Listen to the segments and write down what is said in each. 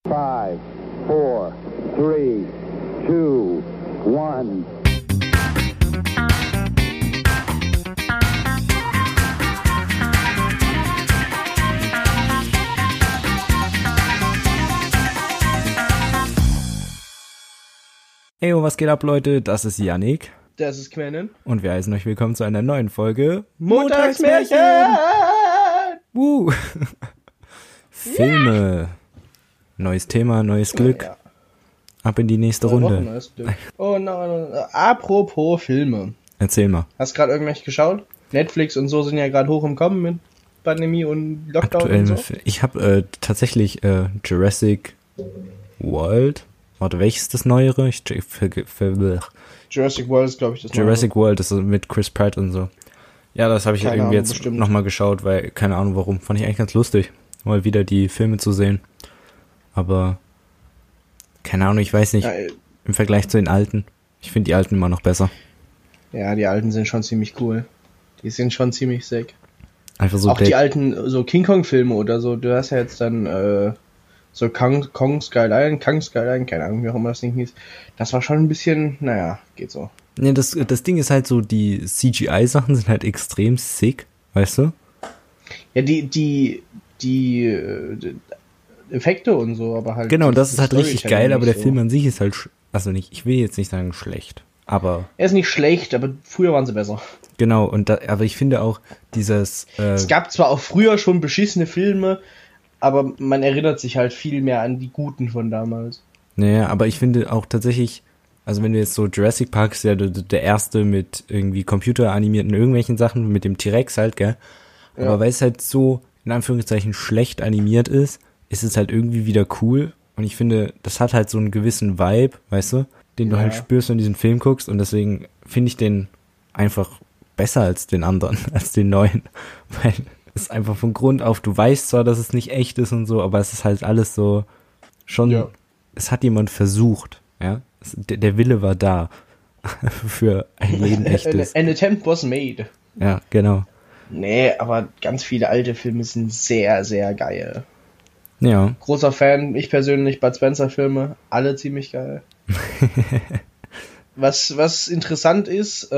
5, 4, 3, 2, 1. Eyo, was geht ab, Leute? Das ist Yannick. Das ist Quennen. Und wir heißen euch willkommen zu einer neuen Folge Montagsmärchen! Filme. Neues Thema, neues Glück. Ja. Ab in die nächste Runde. Neues Glück. Oh no. Apropos Filme. Erzähl mal. Hast du gerade irgendwelche geschaut? Netflix und so sind ja gerade hoch im Kommen mit Pandemie und Lockdown Aktuell und so. Ich habe tatsächlich Jurassic World. Warte, welches ist das Neuere? Jurassic World ist, glaube ich, das Jurassic World, das ist mit Chris Pratt und so. Ja, das habe ich Keine irgendwie Ahnung, jetzt bestimmt. nochmal geschaut, weil, keine Ahnung warum. Fand ich eigentlich ganz lustig, mal wieder die Filme zu sehen. Aber, keine Ahnung, ich weiß nicht, Ja, im Vergleich zu den alten. Ich finde die alten immer noch besser. ja, die alten sind schon ziemlich cool. Die sind schon ziemlich sick. Einfach so Auch die alten, so King Kong Filme oder so. Du hast ja jetzt dann, so Kong Skyline, keine Ahnung, wie auch immer das Ding hieß. Das war schon ein bisschen, naja, geht so. Nee, das Ding ist halt so, die CGI-Sachen sind halt extrem sick, weißt du? Ja, die Effekte und so, aber halt. Genau, das ist halt richtig Storytelling geil, aber der nicht so. Film an sich ist halt, also nicht, ich will jetzt nicht sagen schlecht, aber Er ist nicht schlecht, aber früher waren sie besser. genau, aber ich finde auch dieses, Es gab zwar auch früher schon beschissene Filme, aber man erinnert sich halt viel mehr an die guten von damals. naja, aber ich finde auch tatsächlich, also wenn du jetzt so Jurassic Park ist ja der erste mit irgendwie computeranimierten irgendwelchen Sachen, mit dem T-Rex halt, gell? Aber Ja. weil es halt so, in Anführungszeichen, schlecht animiert ist es halt irgendwie wieder cool. Und ich finde, das hat halt so einen gewissen Vibe, weißt du, den du Ja. halt spürst, wenn du diesen Film guckst. Und deswegen finde ich den einfach besser als den anderen, als den neuen. Weil es einfach von Grund auf, du weißt zwar, dass es nicht echt ist und so, aber es ist halt alles so schon, Ja. es hat jemand versucht, ja. Der Wille war da für ein Leben echtes. An attempt was made. Ja, genau. Nee, aber ganz viele alte Filme sind sehr, sehr geil. Ja. Großer Fan, ich persönlich, Bud Spencer Filme, alle ziemlich geil. Was interessant ist,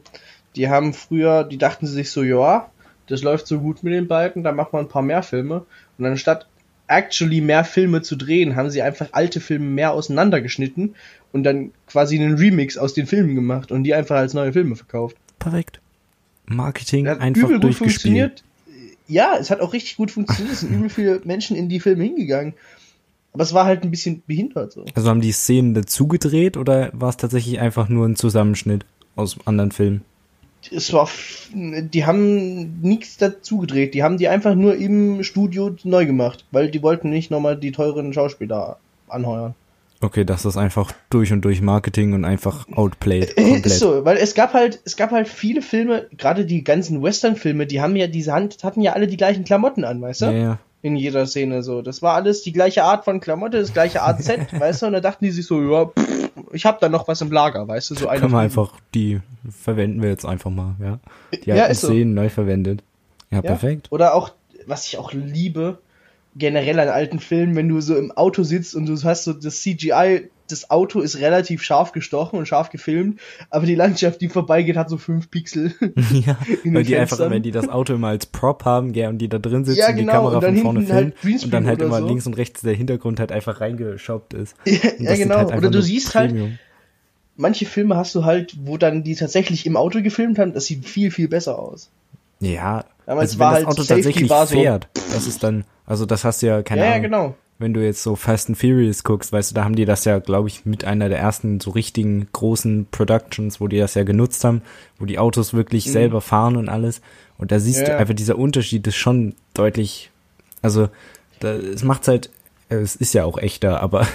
die haben früher, die dachten sich so, ja, das läuft so gut mit den beiden, da machen wir ein paar mehr Filme. Und anstatt actually mehr Filme zu drehen, haben sie einfach alte Filme mehr auseinandergeschnitten und dann quasi einen Remix aus den Filmen gemacht und die einfach als neue Filme verkauft. Perfekt. Marketing Hat einfach übel gut durchgespielt. funktioniert. Ja, es hat auch richtig gut funktioniert. Es sind übel viele Menschen in die Filme hingegangen. Aber es war halt ein bisschen behindert so. Also haben die Szenen dazu gedreht oder war es tatsächlich einfach nur ein Zusammenschnitt aus anderen Filmen? Es war, die haben nichts dazu gedreht. Die haben die einfach nur im Studio neu gemacht, weil die wollten nicht nochmal die teuren Schauspieler anheuern. Okay, das ist einfach durch und durch Marketing und einfach outplayed. Komplett. Ist so, weil es gab halt viele Filme, gerade die ganzen Western-Filme, die haben ja hatten ja alle die gleichen Klamotten an, weißt du? Ja, ja. In jeder Szene so. Das war alles die gleiche Art von Klamotte, das gleiche Art Set, weißt du? Und da dachten die sich so, ja, ich hab da noch was im Lager, weißt du? So Können wir einfach, die verwenden wir jetzt einfach mal, ja. Die Ja, alten ist so. Szenen neu verwendet. Ja, Ja? perfekt. Oder auch, was ich auch liebe, generell an alten Filmen, wenn du so im Auto sitzt und du hast so das CGI, das Auto ist relativ scharf gestochen und scharf gefilmt, aber die Landschaft, die vorbeigeht, hat so 5 Pixel. Ja, in weil den die einfach, Fenstern. wenn die das Auto immer als Prop haben, gell, und die da drin sitzen, Ja, die genau, Kamera und dann von vorne hinten filmt halt Greenscreen und dann halt oder immer so. links und rechts der Hintergrund halt einfach reingeschoppt ist. Ja, Und das ja, sieht genau. halt einfach Oder du nur siehst halt, Premium. manche Filme hast du halt, wo dann die tatsächlich im Auto gefilmt haben, das sieht viel, viel besser aus. Ja, Damals also war wenn das halt Auto Safety tatsächlich war so- fährt, das ist dann, also das hast du ja, keine Ja, Ahnung, genau. wenn du jetzt so Fast and Furious guckst, weißt du, da haben die das ja, glaube ich, mit einer der ersten so richtigen großen Productions, wo die das ja genutzt haben, wo die Autos wirklich selber fahren und alles. Und da siehst du Ja. einfach, dieser Unterschied ist schon deutlich, also es macht's halt, es ist ja auch echter, aber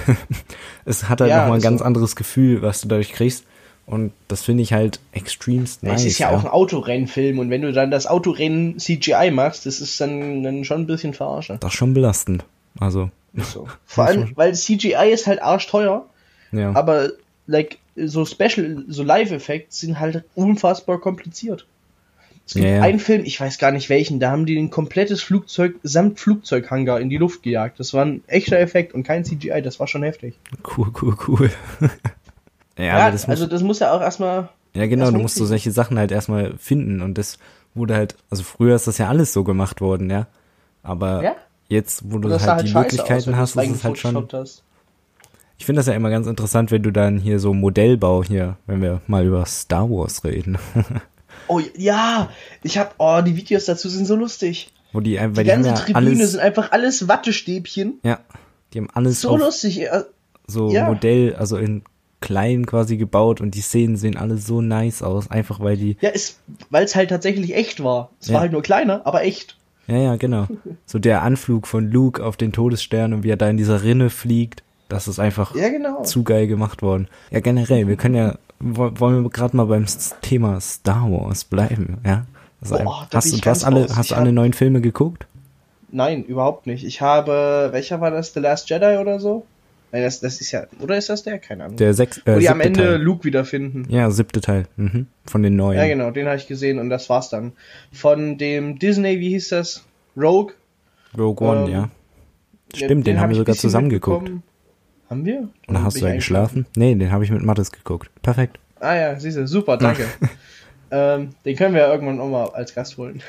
es hat halt Ja, nochmal ein ist ganz so. anderes Gefühl, was du dadurch kriegst. Und das finde ich halt extremst nice. Es ist ja auch ein Autorennfilm und wenn du dann das Autorennen CGI machst, das ist dann schon ein bisschen verarsche. Das ist schon belastend. Also, So. Vor allem, weil CGI ist halt arschteuer, ja. aber so Live-Effekte sind halt unfassbar kompliziert. Es gibt Ja. einen Film, ich weiß gar nicht welchen, da haben die ein komplettes Flugzeug samt Flugzeughangar in die Luft gejagt. Das war ein echter Effekt und kein CGI, das war schon heftig. Cool. Ja, aber das muss, das muss ja auch erstmal. ja genau, erstmal du musst so hinkriegen. solche Sachen halt erstmal finden und das wurde halt, also früher ist das ja alles so gemacht worden, ja. Aber Ja? jetzt, wo du Das halt sah halt die scheiße Möglichkeiten aus, hast, wenn ist du es halt schon. reingefotoshoppt hast. Ich finde das ja immer ganz interessant, wenn du dann hier so Modellbau hier, wenn wir mal über Star Wars reden, Oh ja, die Videos dazu sind so lustig. wo die einfach, Die die haben ganze ja Tribüne alles, sind einfach alles Wattestäbchen. ja, die haben alles So auf lustig. so ja. Modell, also in klein quasi gebaut und die Szenen sehen alle so nice aus, einfach weil die, Ja, weil es halt tatsächlich echt war. Es Ja. war halt nur kleiner, aber echt. ja, genau. So der Anflug von Luke auf den Todesstern und wie er da in dieser Rinne fliegt, das ist einfach Ja, genau. zu geil gemacht worden. Ja, generell, wir können ja, wollen wir gerade mal beim Thema Star Wars bleiben, ja? Also, Boah, da bin ich ganz hast raus. du alle 9 Filme geguckt? Nein, überhaupt nicht. Ich habe, welcher war das? The Last Jedi oder so? Nein, das ist ja, oder ist das der? Keine Ahnung. Der Wo die am 7. Ende Teil. Luke wiederfinden. Ja, 7. Teil, von den neuen. Ja, genau, den habe ich gesehen und das war's dann. Von dem Disney, wie hieß das? Rogue. Rogue One, Ähm, ja. Stimmt, den haben wir ich sogar ein bisschen zusammen geguckt. mitbekommen. Haben wir? Und dann Bin hast ich du ja eingeschlafen. geschlafen? Nee, den habe ich mit Mattes geguckt. Perfekt. Ah ja, siehst du, super, danke. Den können wir ja irgendwann auch mal als Gast holen.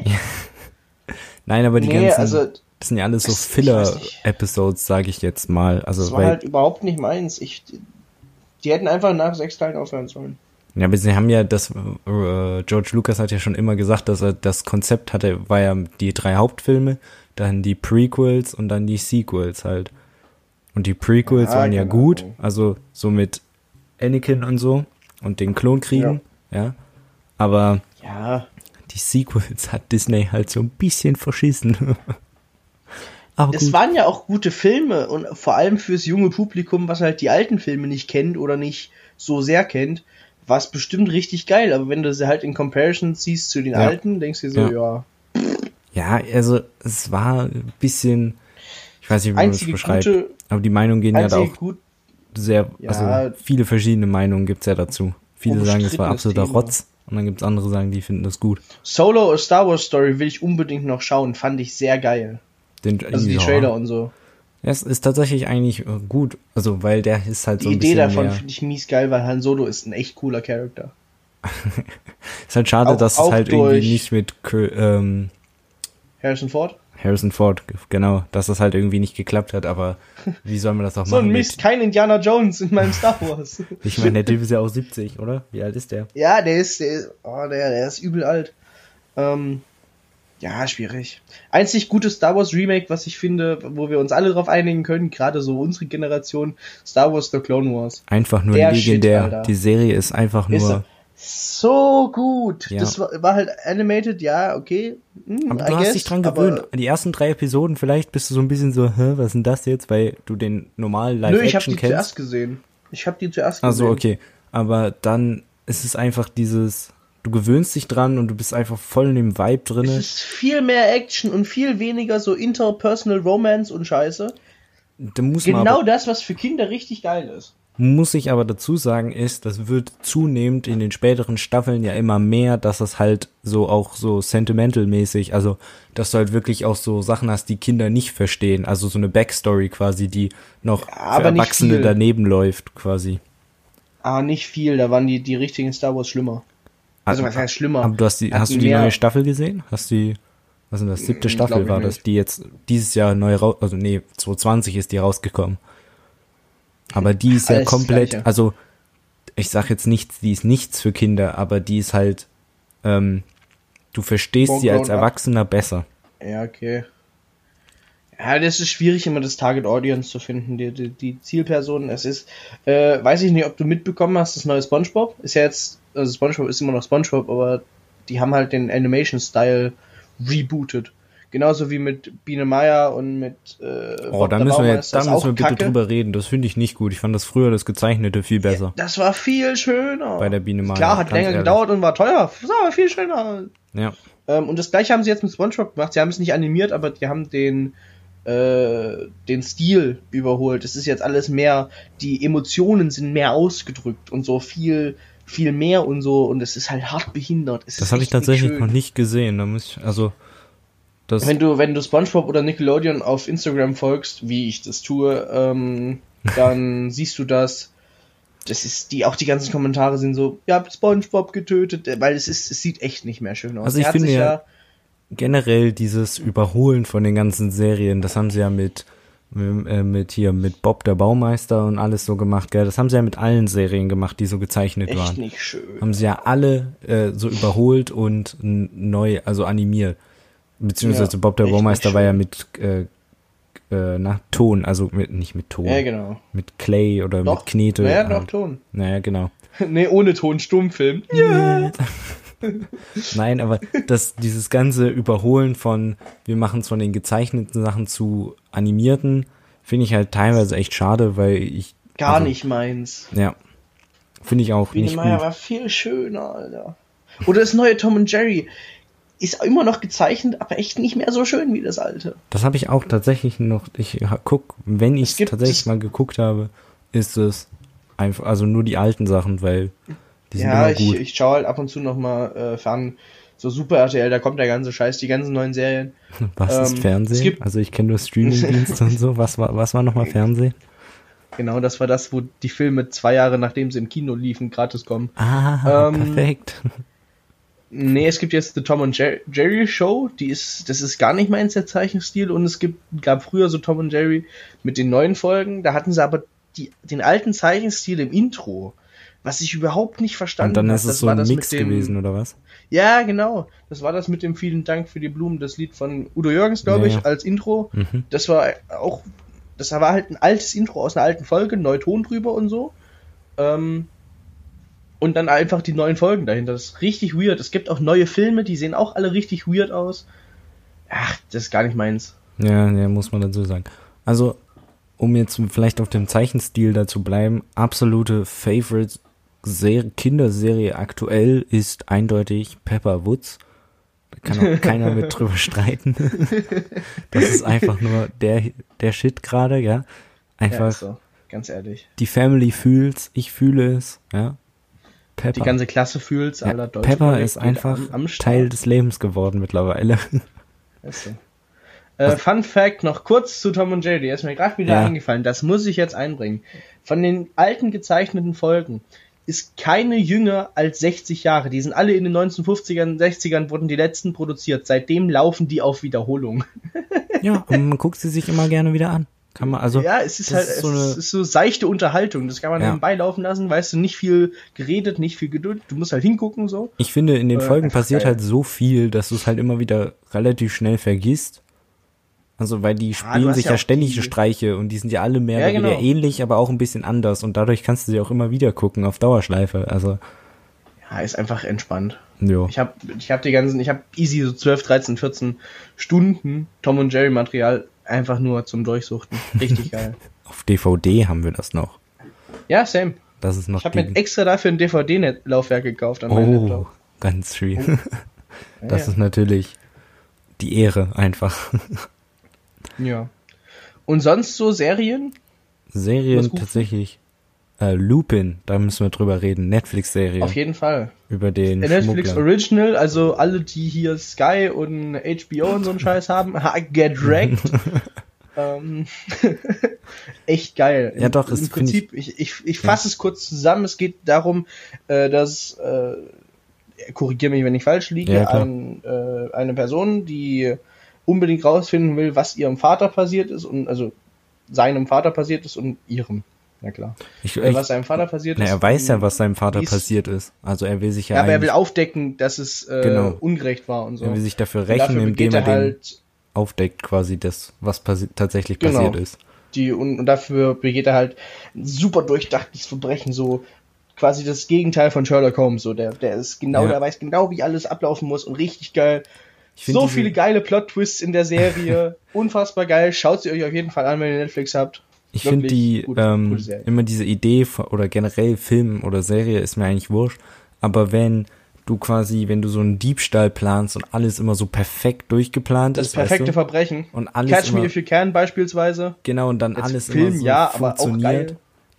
Nein, aber die Nee, ganzen, also, das sind ja alles so ich weiß nicht. Filler-Episodes, sage ich jetzt mal. Also, das war halt überhaupt nicht meins. Die hätten einfach nach 6 Teilen aufhören sollen. ja, aber sie haben ja George Lucas hat ja schon immer gesagt, dass er das Konzept hatte, war ja die 3 Hauptfilme, dann die Prequels und dann die Sequels halt. Und die Prequels Ja, waren ja keine gut, Ahnung. also so mit Anakin und so und den Klonkriegen, ja. Aber Ja, die Sequels hat Disney halt so ein bisschen verschissen. Aber es gut. waren ja auch gute Filme und vor allem fürs junge Publikum, was halt die alten Filme nicht kennt oder nicht so sehr kennt, war es bestimmt richtig geil. Aber wenn du sie halt in Comparison siehst zu den Ja. alten, denkst du dir so, Ja. ja. Ja, also es war ein bisschen, ich weiß nicht, wie man das Einzige beschreibt, gute, aber die Meinungen gehen ja da einzige auch gut, sehr, Ja. also viele verschiedene Meinungen gibt's ja dazu. Viele sagen, das war Umstrittenes absoluter Thema. Rotz und dann gibt's andere, die sagen, die finden das gut. Solo A Star Wars Story will ich unbedingt noch schauen, fand ich sehr geil. Also die Ja. Trailer und so. Ja, es ist tatsächlich eigentlich gut, also weil der ist halt Die so ein Idee bisschen davon mehr, finde ich mies geil, weil Han Solo ist ein echt cooler Charakter. ist halt schade, auch- dass es auch halt irgendwie durch- nicht mit Harrison Ford? Harrison Ford, genau, dass das halt irgendwie nicht geklappt hat, aber wie soll man das auch So ein machen? Mist, kein Indiana Jones in meinem Star Wars. Ich meine, der Typ ist ja auch 70, oder? Wie alt ist der? Ja, der ist übel alt. Ja, schwierig. Einzig gutes Star Wars Remake, was ich finde, wo wir uns alle drauf einigen können, gerade so unsere Generation, Star Wars The Clone Wars. Einfach nur Der Shit, legendär. Alter. Die Serie ist einfach Ist nur. so gut. Ja. Das war halt animated, ja, okay. Aber du hast dich dran gewöhnt. Die ersten 3 Episoden, vielleicht bist du so ein bisschen so, hä, was ist denn das jetzt? Weil du den normalen Nö, ich hab Live-Action die kennst. zuerst gesehen. Ich hab die zuerst Also gesehen. okay. Aber dann ist es einfach dieses, du gewöhnst dich dran und du bist einfach voll in dem Vibe Es drinne. ist viel mehr Action und viel weniger so interpersonal Romance und Scheiße. Da muss man Genau aber, das, was für Kinder richtig geil ist. muss ich aber dazu sagen, ist, das wird zunehmend in den späteren Staffeln ja immer mehr, dass es halt so auch so sentimental-mäßig, also dass du halt wirklich auch so Sachen hast, die Kinder nicht verstehen, also so eine Backstory quasi, die noch für aber nicht Erwachsene viel. daneben läuft quasi. Ah, nicht viel, da waren die richtigen Star Wars schlimmer. Also was heißt schlimmer? Aber hast du Hatten die mehr- neue Staffel gesehen? Was ist denn das? 7. Glaub Staffel ich war das, nicht. die jetzt dieses Jahr neu raus, also nee, 2020 ist die rausgekommen. Aber die ist ja Alles das komplett, Gleiche. also ich sag jetzt nichts, die ist nichts für Kinder, aber die ist halt, du verstehst More sie als grown up. Erwachsener besser. Ja, okay. Ja, das ist schwierig, immer das Target Audience zu finden, die Zielpersonen. Es ist, weiß ich nicht, ob du mitbekommen hast, das neue SpongeBob ist ja jetzt, also SpongeBob ist immer noch SpongeBob, aber die haben halt den Animation-Style rebootet. Genauso wie mit Biene Meier und mit Oh, Bob da der müssen wir Baumeister, jetzt, ist da müssen auch wir bitte Kacke. drüber reden. Das finde ich nicht gut. Ich fand das früher das Gezeichnete viel besser. Das war viel schöner. Bei der Biene Meier, Klar, hat ganz länger ehrlich. gedauert und war teuer. Das war aber viel schöner. Ja. Und das gleiche haben sie jetzt mit SpongeBob gemacht. Sie haben es nicht animiert, aber die haben den Stil überholt. Es ist jetzt alles mehr, die Emotionen sind mehr ausgedrückt und so viel viel mehr und so und es ist halt hart behindert. Das habe ich tatsächlich noch nicht gesehen. Da muss ich, also das. Wenn du SpongeBob oder Nickelodeon auf Instagram folgst, wie ich das tue, dann siehst du das. Das ist auch die ganzen Kommentare sind so, ihr habt SpongeBob getötet, weil es sieht echt nicht mehr schön aus. Also ich finde ja generell dieses Überholen von den ganzen Serien, das haben sie ja mit Bob der Baumeister und alles so gemacht, gell? Das haben sie ja mit allen Serien gemacht, die so gezeichnet waren. Echt nicht schön. Haben sie ja alle so überholt und neu, also animiert. Beziehungsweise Bob der Baumeister war ja mit Ton, also nicht mit Ton. Ja, genau. Mit Clay oder doch, mit Knete. Ja, doch, Ton. Naja, genau. Nee, ohne Ton, Stummfilm. Ja. Nein, aber dieses ganze Überholen von, wir machen es von den gezeichneten Sachen zu animierten, finde ich halt teilweise echt schade, weil ich... Gar nicht meins. Ja, finde ich auch nicht gut. Biene Meier war viel schöner, Alter. Oder das neue Tom und Jerry ist immer noch gezeichnet, aber echt nicht mehr so schön wie das alte. Das habe ich auch tatsächlich noch, wenn ich es tatsächlich mal geguckt habe, ist es einfach, also nur die alten Sachen, weil die sind immer gut. Ich schaue halt ab und zu noch mal fern, so Super RTL, da kommt der ganze Scheiß, die ganzen neuen Serien. Was ist Fernsehen? Also ich kenne nur Streamingdienste und so. Was war nochmal Fernsehen? Genau, das war das, wo die Filme 2 Jahre nachdem sie im Kino liefen, gratis kommen. Perfekt. Nee, es gibt jetzt The Tom und Jerry Show, das ist gar nicht mein Zeichenstil und es gab früher so Tom und Jerry mit den neuen Folgen, da hatten sie aber den alten Zeichenstil im Intro, was ich überhaupt nicht verstanden habe. Und dann ist es so ein Mix gewesen, oder was? Ja, genau. Das war das mit dem Vielen Dank für die Blumen, das Lied von Udo Jürgens, glaube ich, als Intro. Mhm. Das war halt ein altes Intro aus einer alten Folge, Neuton drüber und so. Und dann einfach die neuen Folgen dahinter. Das ist richtig weird. Es gibt auch neue Filme, die sehen auch alle richtig weird aus. Ach, das ist gar nicht meins. Ja, muss man dazu sagen. Also, um jetzt vielleicht auf dem Zeichenstil da zu bleiben, absolute Favorite Kinderserie aktuell ist eindeutig Pepper Woods. Da kann auch keiner mit drüber streiten. Das ist einfach nur der Shit gerade, ja. Einfach. Ja, so, ganz ehrlich. Die Family fühlt's, ich fühle es, ja. Pepper. Die ganze Klasse fühlt's, aller Deutsche. Pepper ist einfach am Teil des Lebens geworden mittlerweile. Ist so. Fun Fact noch kurz zu Tom und Jerry, der ist mir gerade wieder eingefallen, das muss ich jetzt einbringen. Von den alten gezeichneten Folgen ist keine jünger als 60 Jahre. Die sind alle in den 1950ern, 60ern wurden die letzten produziert. Seitdem laufen die auf Wiederholung. Ja, und man guckt sie sich immer gerne wieder an. Kann man, also. Ja, es ist halt, es ist so seichte Unterhaltung. Das kann man nebenbei laufen lassen, weißt du, nicht viel geredet, nicht viel Geduld. Du musst halt hingucken, so. Ich finde, in den Folgen passiert halt so viel, dass du es halt immer wieder relativ schnell vergisst. Also, weil die spielen sich ja ständig Streiche und die sind ja alle mehr oder weniger ähnlich, aber auch ein bisschen anders und dadurch kannst du sie auch immer wieder gucken auf Dauerschleife, also. Ja, ist einfach entspannt. Jo. Ich hab easy so 12, 13, 14 Stunden Tom und Jerry Material einfach nur zum Durchsuchten. Richtig geil. Auf DVD haben wir das noch. Ja, same. Das ist noch. Ich habe mir extra dafür ein DVD-Laufwerk gekauft an meinem Laptop. Ganz schön. Das ist natürlich die Ehre einfach. Ja. Und sonst so Serien? Serien tatsächlich. Lupin, da müssen wir drüber reden. Netflix-Serie. Auf jeden Fall. Über den Netflix Schmuggler. Original, also alle, die hier Sky und HBO und so einen Scheiß haben, get wrecked. Echt geil. Ja, doch, im Prinzip, ich fasse es kurz zusammen. Es geht darum, dass, korrigiere mich, wenn ich falsch liege, eine Person, die unbedingt rausfinden will, was ihrem Vater passiert ist und also seinem Vater passiert ist und ihrem. Na klar. Was seinem Vater passiert ist. Er weiß ja, was seinem Vater passiert ist. Also er will sich ja aber er will aufdecken, dass es ungerecht war und so. Er will sich dafür rächen, indem er halt aufdeckt quasi das, was tatsächlich passiert ist. Und dafür begeht er halt ein super durchdachtes Verbrechen, so quasi das Gegenteil von Sherlock Holmes. So, der ist genau, der weiß genau, wie alles ablaufen muss und richtig geil. So viele geile Plot-Twists in der Serie. Unfassbar geil. Schaut sie euch auf jeden Fall an, wenn ihr Netflix habt. Ich finde immer diese Idee oder generell Film oder Serie ist mir eigentlich wurscht, aber wenn du so einen Diebstahl planst und alles immer so perfekt durchgeplant ist, das perfekte Verbrechen. Und alles Catch Me If You Can beispielsweise. Genau, und dann alles Film, immer so aber funktioniert. auch geil.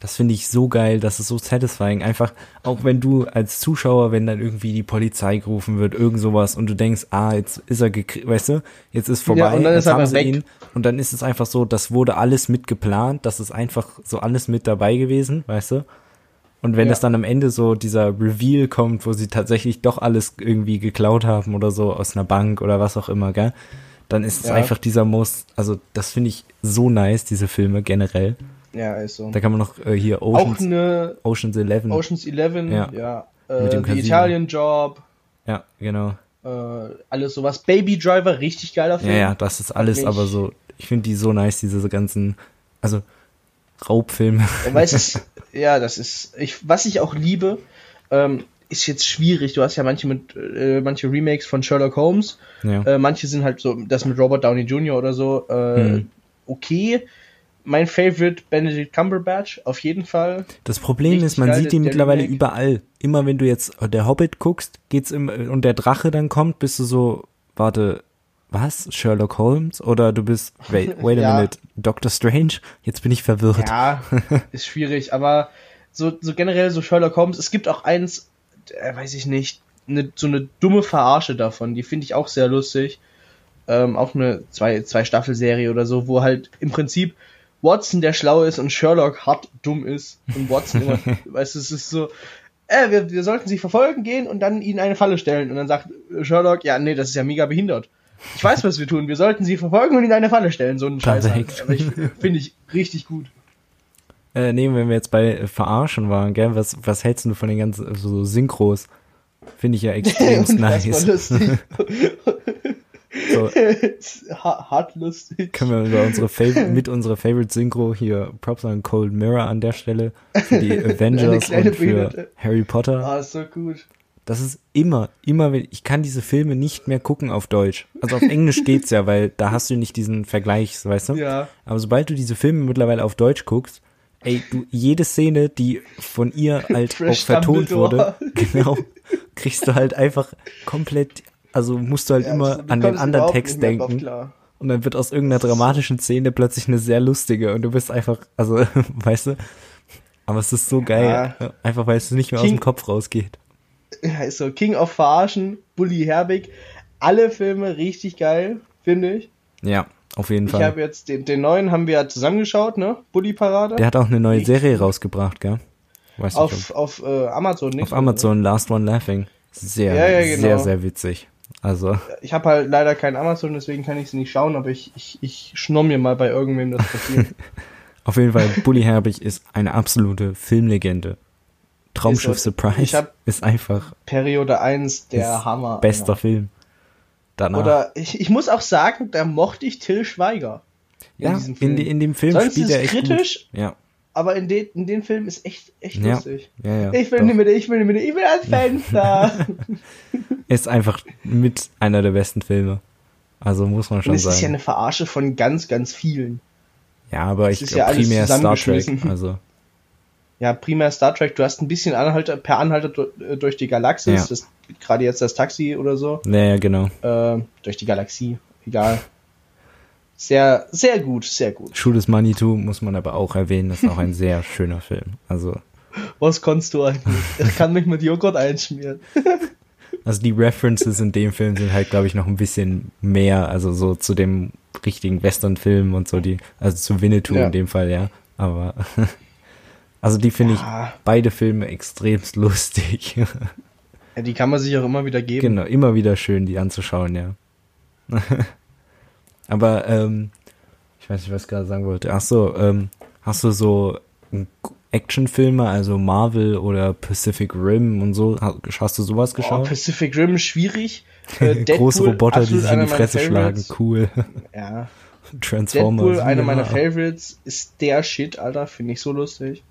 Das finde ich so geil, das ist so satisfying. Einfach, auch wenn du als Zuschauer, wenn dann irgendwie die Polizei gerufen wird, irgend sowas und du denkst, jetzt ist er weißt du, jetzt ist vorbei, Ja, und dann jetzt ist er haben aber sie weg. ihn. Und dann ist es einfach so, das wurde alles mitgeplant, das ist einfach so alles mit dabei gewesen, weißt du? Und wenn Ja. das dann am Ende so dieser Reveal kommt, wo sie tatsächlich doch alles irgendwie geklaut haben oder so aus einer Bank oder was auch immer, gell? Dann ist es Ja. einfach also das finde ich so nice, diese Filme generell. Ja, ist so. Da kann man noch hier Auch eine Ocean's 11. Ocean's 11, Ja. ja. Mit dem The Casino. Italian Job, Ja, genau. alles sowas. Baby Driver, richtig geiler Film. Ja, das ist alles mich- aber so, ich finde die so nice, diese ganzen, also Raubfilme. Ja, weil es ist, ja, das ist, was ich auch liebe, ist jetzt schwierig. Du hast ja manche Remakes von Sherlock Holmes. Ja. Manche sind halt so, das mit Robert Downey Jr. oder so, okay. Mein Favorite, Benedict Cumberbatch, auf jeden Fall. Das Problem Richtig ist, man geil, sieht die der mittlerweile Remake. überall. Immer wenn du jetzt der Hobbit guckst, und der Drache dann kommt, bist du so, warte, was? Sherlock Holmes? Oder du bist, wait a Ja. minute, Doctor Strange? Jetzt bin ich verwirrt. Ja, ist schwierig, aber so generell so Sherlock Holmes, es gibt auch eins, weiß ich nicht, so eine dumme Verarsche davon, die finde ich auch sehr lustig. Auch eine zwei Staffelserie oder so, wo halt im Prinzip Watson der schlau ist und Sherlock hart dumm ist und Watson immer, weißt du, es ist so, wir sollten sie verfolgen gehen und dann ihnen eine Falle stellen und dann sagt Sherlock, ja, nee, das ist ja mega behindert. Ich weiß, was wir tun, wir sollten sie verfolgen und ihnen eine Falle stellen, so ein Scheiß. Perfekt. Aber finde ich richtig gut. Nee, wenn wir jetzt bei Verarschen waren, gell, was hältst du von den ganzen so Synchros? Finde ich ja extrem nice. Unfassbar lustig. So, Hart lustig. können wir über unsere Favorite Synchro hier Props an Cold Mirror an der Stelle für die Avengers kleine und für Behinderte. Harry Potter. Ah, ist so gut. Das ist immer, ich kann diese Filme nicht mehr gucken auf Deutsch. Also auf Englisch geht's ja, weil da hast du nicht diesen Vergleich, weißt du? Ja. Aber sobald du diese Filme mittlerweile auf Deutsch guckst, jede Szene, die von ihr halt auch Fresh vertont Dumbledore. wurde, genau, kriegst du halt einfach komplett, also musst du halt immer du an den kommst anderen überhaupt Text nicht mehr drauf denken. klar. Und dann wird aus irgendeiner dramatischen Szene plötzlich eine sehr lustige und du bist einfach, also, weißt du, aber es ist so geil, einfach weil es nicht mehr aus dem Kopf rausgeht. Ja, ist so. King of Verarschen, Bully Herbig. Alle Filme richtig geil, finde ich. Ja, auf jeden Ich Fall. habe jetzt den neuen haben wir ja zusammengeschaut, ne? Bully Parade. Der hat auch eine neue Richtig Serie gut. rausgebracht, gell? Weiß nicht, Auf Amazon, nicht? auf Amazon, Last One Laughing. Sehr, Ja, genau. sehr, sehr witzig. Also, Ich habe halt leider kein Amazon, deswegen kann ich es nicht schauen, aber ich schnorr mir mal bei irgendwem das Profil. auf jeden Fall, Bully Herbig ist eine absolute Filmlegende. Traumschiff Ist so. Surprise Ich hab- ist einfach Periode 1, der ist Hammer. bester Alter. Film. Danach. Oder ich muss auch sagen, da mochte ich Till Schweiger. ja, diesem Film. in dem Film Sonst spielt ist er echt kritisch, gut. Ja, aber in den Film ist echt ja, lustig. ja. Ich will doch. nicht mit, ich will ans Fenster. Ist einfach mit einer der besten Filme. Also muss man Und schon es ist ja sagen. eine Verarsche von ganz, ganz vielen. Ja, aber es ich ist ja alles primär Star Trek. zusammengeschmissen. Also, Ja, primär Star Trek, du hast ein bisschen per Anhalter durch die Galaxis, Ja. das gerade jetzt das Taxi oder so, ja, genau. durch die Galaxie, egal. Sehr, sehr gut, sehr gut. Shoot is Manitou muss man aber auch erwähnen, das ist auch ein sehr schöner Film. Also Was kannst du eigentlich? Ich kann mich mit Joghurt einschmieren. die References in dem Film sind halt, glaube ich, noch ein bisschen mehr, also so zu dem richtigen Western-Film und so also zu Winnetou Ja. in dem Fall, ja. Aber also die finde Ja. ich beide Filme extremst lustig. Ja, die kann man sich auch immer wieder geben. Genau, immer wieder schön, die anzuschauen, ja. Aber, ich weiß nicht, was ich gerade sagen wollte. Ach so, hast du so Actionfilme, also Marvel oder Pacific Rim und so, hast du sowas geschaut? Pacific Rim, schwierig. Deadpool, Große Roboter, die absolut sich in einer die meiner Fresse schlagen, Favorites. cool. Ja, Transformers. Deadpool, einer meiner ja. Favorites, ist der Shit, Alter, finde ich so lustig.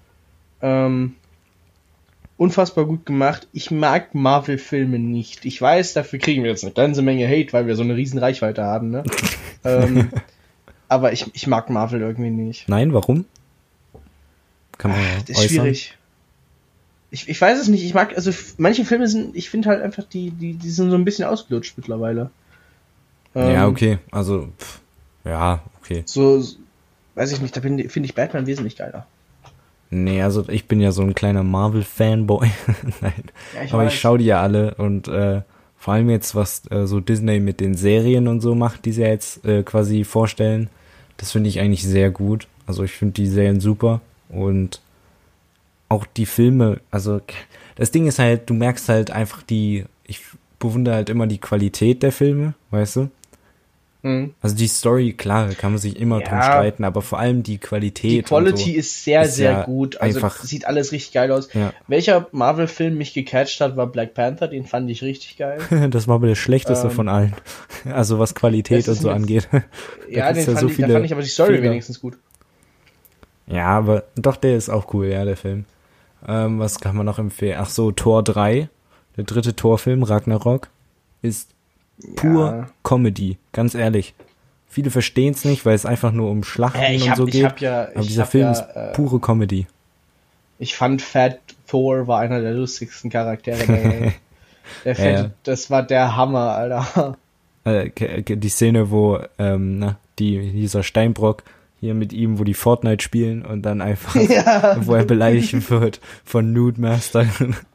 Unfassbar gut gemacht. Ich mag Marvel-Filme nicht. Ich weiß, dafür kriegen wir jetzt eine ganze Menge Hate, weil wir so eine riesen Reichweite haben, ne? Aber ich mag Marvel irgendwie nicht. Nein, warum? Kann man Das ist äußern? schwierig. Ich weiß es nicht. Ich mag, also manche Filme ich finde halt einfach, die sind so ein bisschen ausgelutscht mittlerweile. Ja, okay, also, ja, okay. So, weiß ich nicht, da finde ich Batman wesentlich geiler. Nee, also ich bin ja so ein kleiner Marvel-Fanboy. Nein. Ja, Aber ich schaue die ja alle und vor allem jetzt, was so Disney mit den Serien und so macht, die sie ja jetzt quasi vorstellen, das finde ich eigentlich sehr gut. Also ich finde die Serien super und auch die Filme, also das Ding ist halt, du merkst halt einfach ich bewundere halt immer die Qualität der Filme, weißt du? Also die Story, klar, kann man sich immer drum streiten, aber vor allem die Qualität. Die Quality so ist sehr, sehr ja gut. Also einfach, sieht alles richtig geil aus. Ja. Welcher Marvel-Film mich gecatcht hat, war Black Panther. Den fand ich richtig geil. Das war aber der schlechteste von allen. Also was Qualität und so angeht. Ja, da fand ich aber die Story wenigstens gut. Ja, aber doch, der ist auch cool, ja, der Film. Was kann man noch empfehlen? Ach so, Thor 3, der dritte Thor-Film, Ragnarok, ist pur Comedy, ganz ehrlich. Viele verstehen es nicht, weil es einfach nur um Schlachten und so geht. Aber dieser Film ist pure Comedy. Ich fand Fat Thor war einer der lustigsten Charaktere der Welt. Der Fette, das war der Hammer, Alter. Die Szene, wo dieser Steinbrock hier mit ihm, wo die Fortnite spielen und dann einfach, wo er beleidigt wird von Nude Master.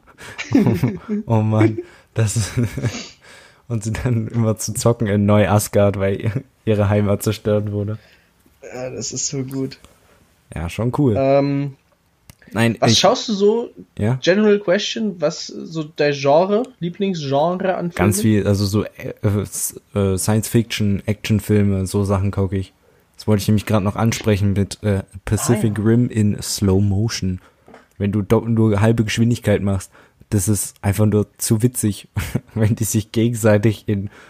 Oh Mann, das ist und sie dann immer zu zocken in Neu-Asgard, weil ihre Heimat zerstört wurde. Ja, das ist so gut. Ja, schon cool. Nein, was schaust du so? Ja? General Question, was so der Lieblingsgenre an Filmen? Ganz viel, also so Science-Fiction, Actionfilme, so Sachen gucke ich. Das wollte ich nämlich gerade noch ansprechen mit Pacific Rim in Slow Motion. Wenn du nur halbe Geschwindigkeit machst, das ist einfach nur zu witzig, wenn die sich gegenseitig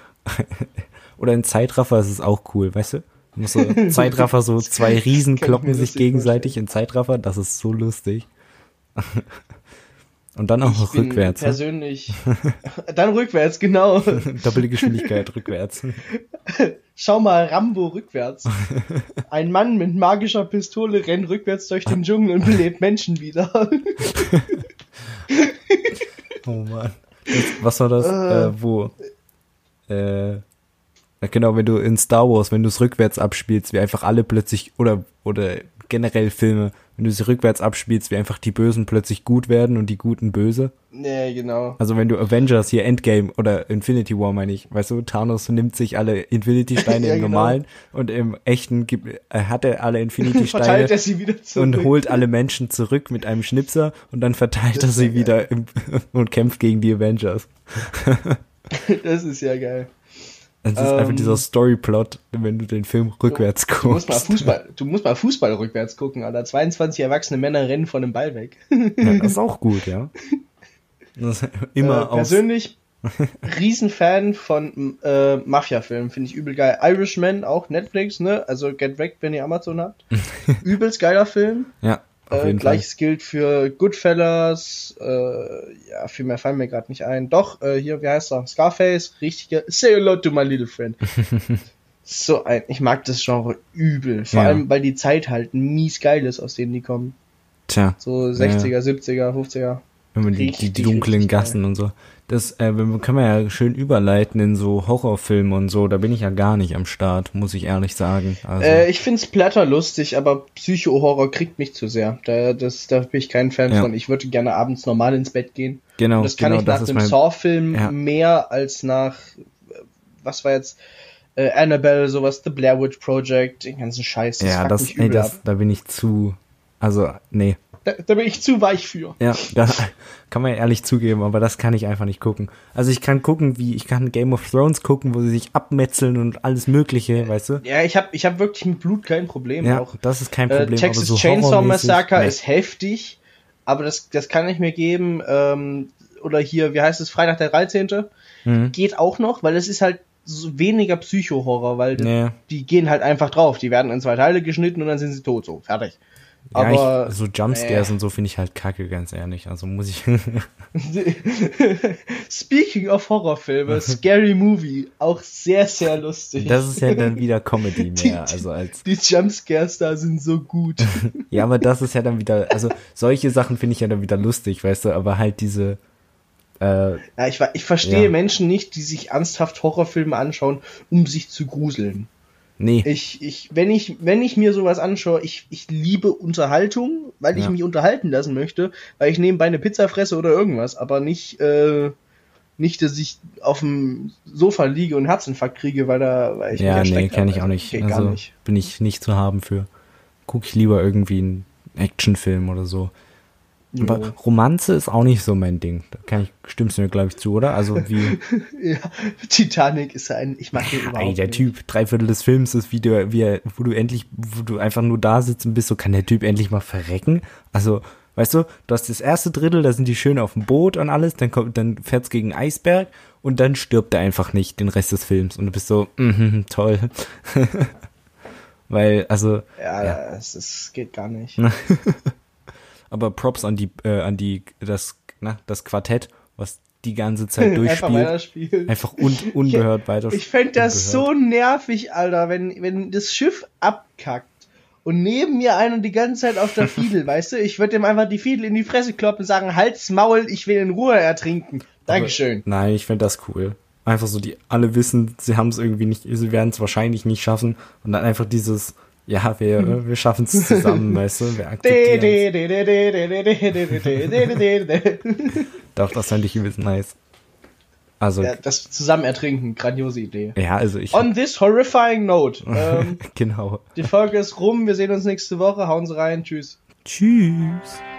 oder in Zeitraffer ist es auch cool, weißt du? Du musst so Zeitraffer, so zwei Riesen kloppen sich gegenseitig in Zeitraffer, das ist so lustig. Und dann auch noch rückwärts. Persönlich. Dann rückwärts, genau. Doppelte Geschwindigkeit rückwärts. Schau mal, Rambo rückwärts. Ein Mann mit magischer Pistole rennt rückwärts durch den Dschungel und belebt Menschen wieder. Oh Mann. Was war das? Genau, wenn du in Star Wars, wenn du es rückwärts abspielst, wie einfach alle plötzlich, oder generell Filme, wenn du sie rückwärts abspielst, wie einfach die Bösen plötzlich gut werden und die Guten böse. Nee, genau. Also wenn du Avengers hier Endgame oder Infinity War meine ich, weißt du, Thanos nimmt sich alle Infinity-Steine ja, im normalen und im echten hat er alle Infinity-Steine verteilt er sie wieder zurück. Und holt alle Menschen zurück mit einem Schnipser und dann verteilt er sie wieder und kämpft gegen die Avengers. Das ist ja geil. Das ist einfach dieser Storyplot, wenn du den Film rückwärts guckst. Du musst mal Fußball rückwärts gucken, Alter. 22 erwachsene Männer rennen von einem Ball weg. Ja, das ist auch gut, ja. Das ist immer persönlich Riesenfan von Mafia-Filmen, finde ich übel geil. Irishman, auch Netflix, ne? Also Get Wrecked, wenn ihr Amazon habt. Übelst geiler Film. Ja, auf jeden Gleiches gilt für Goodfellas, viel mehr fallen mir gerade nicht ein. Doch, hier, wie heißt er? Scarface, richtiger Say hello to my little friend. Ich mag das Genre übel. Vor allem, weil die Zeit halt mies geil ist, aus denen die kommen. Tja. So 60er, 70er, 50er. Wenn man die dunklen Gassen und so. Das kann man ja schön überleiten in so Horrorfilme und so. Da bin ich ja gar nicht am Start, muss ich ehrlich sagen. Also. Ich find's Splatter lustig, aber Psycho-Horror kriegt mich zu sehr. Da bin ich kein Fan von. Ich würde gerne abends normal ins Bett gehen. Genau. Und das kann ich nach einem Saw-Film mehr als nach, was war jetzt, Annabelle, sowas, The Blair Witch Project, den ganzen Scheiß. Da bin ich zu, also, nee. Da bin ich zu weich für. Ja, kann man ja ehrlich zugeben, aber das kann ich einfach nicht gucken. Also ich kann Game of Thrones gucken, wo sie sich abmetzeln und alles Mögliche, weißt du? Ja, ich hab wirklich mit Blut kein Problem. Ja, auch. Das ist kein Problem. Texas aber so Chainsaw Massacre ist heftig, aber das kann ich mir geben. Oder hier, wie heißt es, Freitag der 13. Geht auch noch, weil es ist halt so weniger Psycho-Horror, weil die gehen halt einfach drauf. Die werden in 2 Teile geschnitten und dann sind sie tot, so, fertig. Ja, aber so Jumpscares und so finde ich halt kacke, ganz ehrlich. Also muss ich. Speaking of Horrorfilme, Scary Movie, auch sehr, sehr lustig. Das ist ja dann wieder Comedy mehr. Die Jumpscares da sind so gut. Ja, aber das ist ja dann wieder, also solche Sachen finde ich ja dann wieder lustig, weißt du, aber halt diese. Ich verstehe Menschen nicht, die sich ernsthaft Horrorfilme anschauen, um sich zu gruseln. Nee. Wenn ich mir sowas anschaue, ich liebe Unterhaltung, weil ich mich unterhalten lassen möchte, weil ich nebenbei eine Pizza fresse oder irgendwas, aber nicht, dass ich auf dem Sofa liege und einen Herzinfarkt kriege, weil ich mich erschreckt kann ich auch nicht. Geht also gar nicht. bin ich nicht zu haben für. Gucke ich lieber irgendwie einen Actionfilm oder so. Jo. Aber Romanze ist auch nicht so mein Ding. Da stimmst du mir, glaube ich, zu, oder? Also wie... Ja, Titanic ist ich mag den überhaupt nicht. Der Typ, 3/4 des Films ist wo du einfach nur da sitzt und bist so, kann der Typ endlich mal verrecken? Also, weißt du hast das erste Drittel, da sind die schön auf dem Boot und alles, dann fährt's gegen einen Eisberg und dann stirbt er einfach nicht den Rest des Films und du bist so, toll. Weil, also... Ja. Das geht gar nicht. Aber Props an das Quartett, was die ganze Zeit durchspielt. Einfach unbehört weiter. Ich fände das so nervig, Alter, wenn das Schiff abkackt und neben mir einer die ganze Zeit auf der Fiedel, weißt du? Ich würde dem einfach die Fiedel in die Fresse kloppen und sagen, Halt's Maul, ich will in Ruhe ertrinken. Dankeschön. Aber, nein, ich fände das cool. Einfach so, die alle wissen, sie haben es irgendwie nicht, sie werden es wahrscheinlich nicht schaffen und dann einfach dieses... Ja, wir schaffen es zusammen, weißt du? Wir akzeptieren Doch, das fände ich übelst nice. Also, ja, das zusammen ertrinken, grandiose Idee. Ja, also On this horrifying note. Genau. Die Folge ist rum, wir sehen uns nächste Woche, hauen Sie rein, tschüss. Tschüss.